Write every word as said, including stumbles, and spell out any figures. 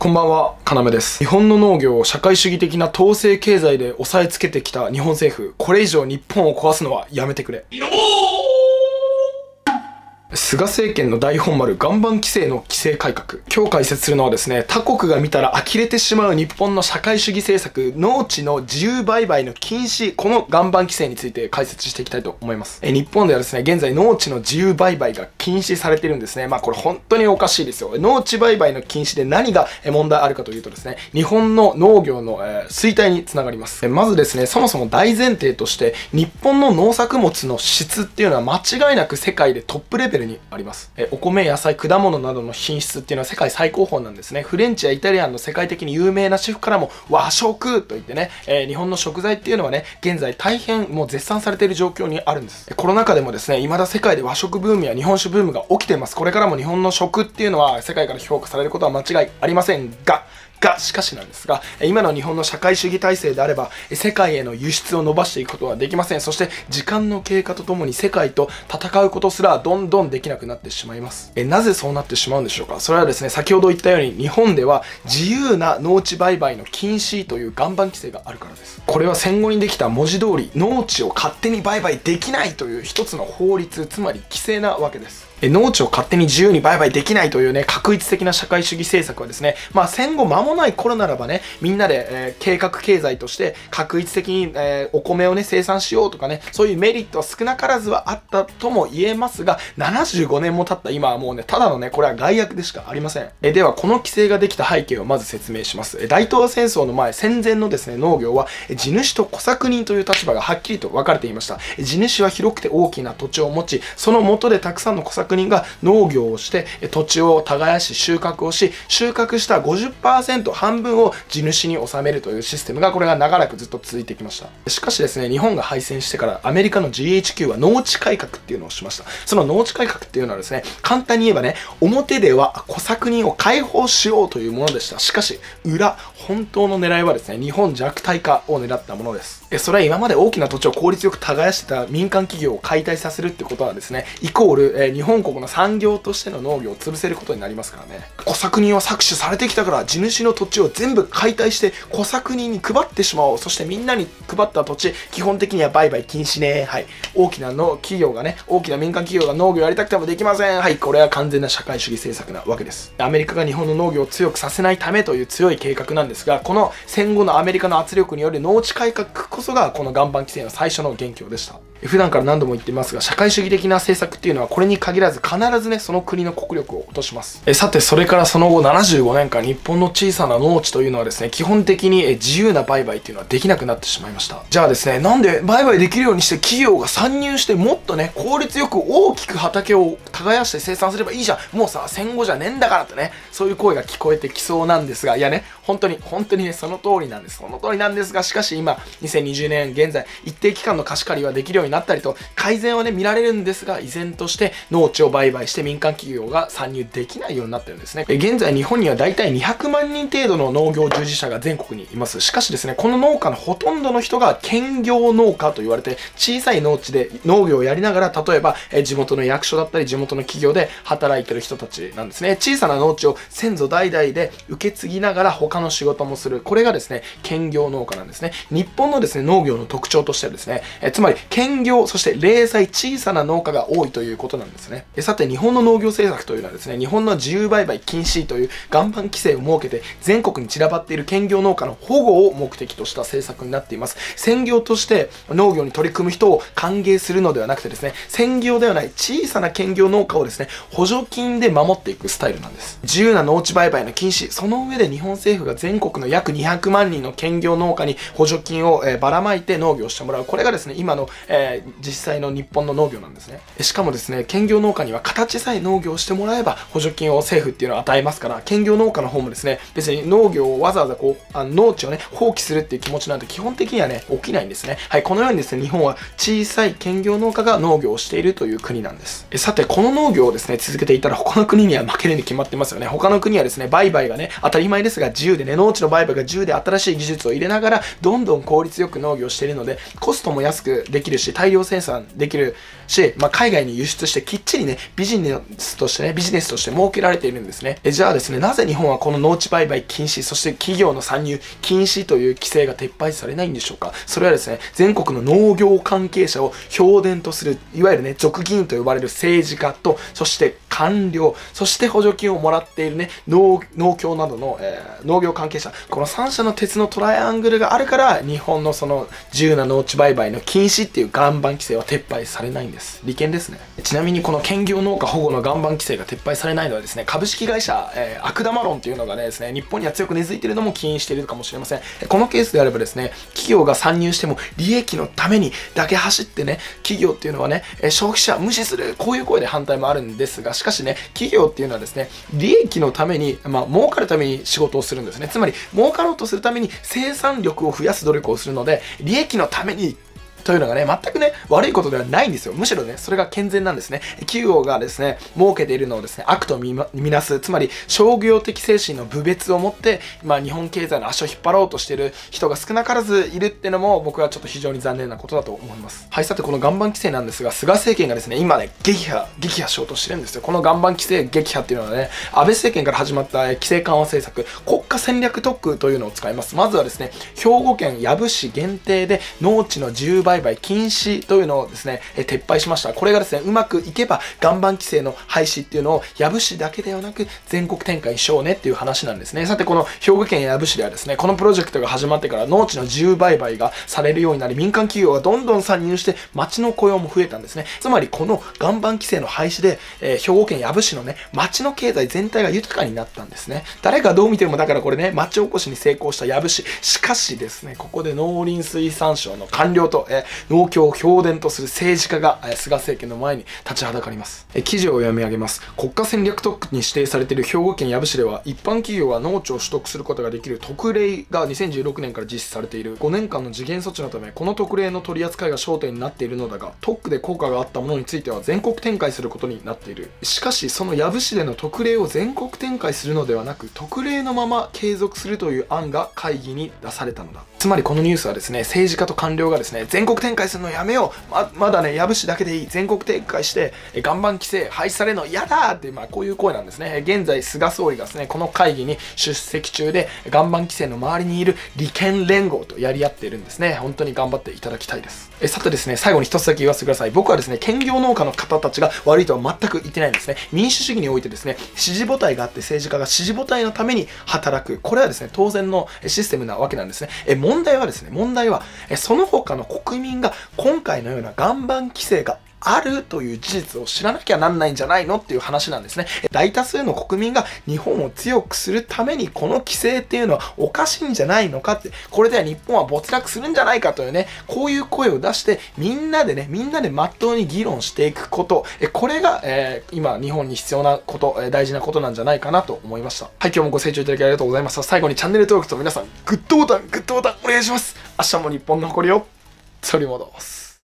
こんばんは、かなめです。日本の農業を社会主義的な統制経済で抑えつけてきた日本政府、これ以上日本を壊すのはやめてくれ。菅政権の大本丸、岩盤規制の規制改革。今日解説するのはですね、他国が見たら呆れてしまう日本の社会主義政策、農地の自由売買の禁止、この岩盤規制について解説していきたいと思います。え日本ではですね、現在農地の自由売買が禁止されているんですね。まあこれ本当におかしいですよ。農地売買の禁止で何が問題あるかというとですね、日本の農業の、えー、衰退につながります。えまずですね、そもそも大前提として、日本の農作物の質っていうのは間違いなく世界でトップレベルにあります。えお米、野菜、果物などの品質っていうのは世界最高峰なんですね。フレンチやイタリアンの世界的に有名なシェフからも和食といってね、えー、日本の食材っていうのはね、現在大変もう絶賛されている状況にあるんです。コロナ禍でもですね、未だ世界で和食ブームや日本酒ブームが起きています。これからも日本の食っていうのは世界から評価されることは間違いありませんが、が、しかしなんですが、今の日本の社会主義体制であれば、世界への輸出を伸ばしていくことはできません。そして、時間の経過とともに世界と戦うことすらどんどんできなくなってしまいます。え、なぜそうなってしまうんでしょうか。それはですね、先ほど言ったように、日本では自由な農地売買の禁止という岩盤規制があるからです。これは戦後にできた文字通り、農地を勝手に売買できないという一つの法律、つまり規制なわけです。農地を勝手に自由に売買できないというね、画一的な社会主義政策はですね、まあ戦後間もない頃ならばね、みんなで、えー、計画経済として画一的に、えー、お米をね、生産しようとかね、そういうメリットは少なからずはあったとも言えますが、ななじゅうごねんも経った今はもうね、ただのね、これは害悪でしかありません。えでは、この規制ができた背景をまず説明します。大東亜戦争の前、戦前のですね、農業は、地主と小作人という立場がはっきりと分かれていました。地主は広くて大きな土地を持ち、その下でたくさんの小作人が農業をして土地を耕し収穫をし、収穫した ごじゅっパーセント 半分を地主に納めるというシステムが、これが長らくずっと続いてきました。しかしですね、日本が敗戦してからアメリカの ジーエイチキュー は農地改革っていうのをしました。その農地改革っていうのはですね、簡単に言えばね、表では小作人を解放しようというものでした。しかし裏、本当の狙いはですね、日本弱体化を狙ったものです。それは今まで大きな土地を効率よく耕してた民間企業を解体させるってことはですね、イコール、え日本国の産業としての農業を潰せることになりますからね。小作人は搾取されてきたから、地主の土地を全部解体して小作人に配ってしまおう。そしてみんなに配った土地、基本的には売買禁止ね。はい。大きなの企業がね、大きな民間企業が農業やりたくてもできません。はい。これは完全な社会主義政策なわけです。アメリカが日本の農業を強くさせないためという強い計画なんですが、この戦後のアメリカの圧力による農地改革こそがこの岩盤規制の最初の元凶でした。普段から何度も言ってますが、社会主義的な政策っていうのはこれに限らず必ずね、その国の国力を落とします。えさて、それからその後ななじゅうごねんかん、日本の小さな農地というのはですね、基本的に自由な売買っていうのはできなくなってしまいました。じゃあですね、なんで売買できるようにして企業が参入して、もっとね、効率よく大きく畑を耕して生産すればいいじゃん。もうさ、戦後じゃねえんだからってね、そういう声が聞こえてきそうなんですが、いやね、本当に、本当にね、その通りなんです。その通りなんですが、しかし今、にせんにじゅうねん現在、一定期間の貸し借りはできるようになったりと、改善はね、見られるんですが、依然として農地を売買して民間企業が参入できないようになってるんですね。現在、日本にはだいたいにひゃくまんにん程度の農業従事者が全国にいます。しかしですね、この農家のほとんどの人が兼業農家と言われて、小さい農地で農業をやりながら、例えば、え地元の役所だったり、地元の企業で働いてる人たちなんですね。小さな農地を先祖代々で受け継ぎながら他の仕事もする。これがですね、兼業農家なんですね。日本のですね、農業の特徴としてはですね、えつまり兼業、そして零細小さな農家が多いということなんですね。さて、日本の農業政策というのはですね、日本の自由売買禁止という岩盤規制を設けて、全国に散らばっている兼業農家の保護を目的とした政策になっています。専業として農業に取り組む人を歓迎するのではなくてですね、専業ではない小さな兼業農家をですね、補助金で守っていくスタイルなんです。自由な農地売買の禁止、その上で日本政府が全国の約にひゃくまんにんの兼業農家に補助金を、えー、ばらまいて農業をしてもらう。これがですね、今の、えー、実際の日本の農業なんですね。しかもですね、兼業農家には形さえ農業をしてもらえば補助金を政府っていうのを与えますから、兼業農家の方もですね、別に農業をわざわざこう、あの農地をね、放棄するっていう気持ちなんて基本的にはね、起きないんですね。はい、このようにですね、日本は小さい兼業農家が農業をしているという国なんです。えさて、この農業をですね、続けていたら他の国には負けるに決まってますよね。他の国はですね、売買がね、当たり前ですが自由でね、農地の売買が自由で新しい技術を入れながら、どんどん効率よく農業をしているので、コストも安くできるし、大量生産できるし、まあ、海外に輸出してきっちりね、ビジネスとしてね、ビジネスとして設けられているんですね。えじゃあですね、なぜ日本はこの農地売買禁止、そして企業の参入禁止という規制が撤廃されないんでしょうか。それはですね、全国の農業関係者を評伝とする、いわゆるね、俗議員と呼ばれる政治家と、そして官僚、そして補助金をもらっているね、農、農協などの、えー、農業関係者、このさん者の鉄のトライアングルがあるから、日本のその自由な農地売買の禁止っていう岩盤規制は撤廃されないんです。利権ですね。ちなみにこの兼業農家保護の岩盤規制が撤廃されないのはですね、株式会社、えー、悪玉論っていうのがねですね、日本には強く根付いているのも起因しているかもしれません。このケースであればですね、企業が参入しても利益のためにだけ走ってね、企業っていうのはね、消費者無視する、こういう声で反対もあるんですが、しかしね、企業っていうのはですね、利益のために、まあ、儲かるために仕事をするんですね。つまり、儲かろうとするために生産力を増やす努力をするので、利益のためにというのがね、全くね、悪いことではないんですよ。むしろね、それが健全なんですね。企業がですね、儲けているのをですね、悪と見ま、見なす、つまり商業的精神の侮蔑を持って、まあ日本経済の足を引っ張ろうとしている人が少なからずいるっていうのも、僕はちょっと非常に残念なことだと思います。はい、さてこの岩盤規制なんですが、菅政権がですね、今ね、撃破、撃破しようとしてるんですよ。この岩盤規制撃破っていうのはね、安倍政権から始まった規制緩和政策、国家戦略特区というのを使います。まずはですね、兵庫県養父市限定で農地の自由売買禁止というのをですね、え撤廃しました。これがですね、うまくいけば岩盤規制の廃止っていうのを養父市だけではなく全国展開しようねっていう話なんですね。さてこの兵庫県養父市ではですね、このプロジェクトが始まってから農地の自由売買がされるようになり、民間企業がどんどん参入して町の雇用も増えたんですね。つまりこの岩盤規制の廃止で、えー、兵庫県養父市のね、町の経済全体が豊かになったんですね。誰がどう見てもだからこれね、町おこしに成功した養父市。しかしですね、ここで農林水産省の官僚と、えー、農協を評伝とする政治家が、えー、菅政権の前に立ちはだかります。えー、記事を読み上げます。国家戦略特区に指定されている兵庫県養父市では、一般企業が農地を取得することができる特例がにせんじゅうろくねんから実施されている。ごねんかんの時限措置のため、この特例の取り扱いが焦点になっているのだが、特区で効果があったものについては全国展開することになっている。しかし、その養父市での特例を全国展開するのではなく、特例のまま継続するという案が会議に出されたのだ。つまりこのニュースはですね、政治家と官僚がですね、全国展開するのやめよう、ままだね、養父市だけでいい、全国展開して岩盤規制廃止されるの嫌だって、まあ、こういう声なんですね。現在菅総理がですね、この会議に出席中で岩盤規制の周りにいる利権連合とやり合っているんですね。本当に頑張っていただきたいです。えさてですね、最後に一つだけ言わせてください。僕はですね、兼業農家の方たちが悪いとは全く言ってないんですね。民主主義においてですね、支持母体があって政治家が支持母体のために働く、これはですね、当然のシステムなわけなんですね。え問題はですね、問題はえその他の国民が今回のような岩盤規制があるという事実を知らなきゃなんないんじゃないのっていう話なんですね。大多数の国民が日本を強くするためにこの規制っていうのはおかしいんじゃないのかって、これでは日本は没落するんじゃないかというね、こういう声を出してみんなでね、みんなで真っ当に議論していくこと、これが、えー、今日本に必要なこと、大事なことなんじゃないかなと思いました。はい、今日もご清聴いただきありがとうございました。最後にチャンネル登録と皆さんグッドボタン、グッドボタンお願いします。明日も日本の誇りを取り戻す。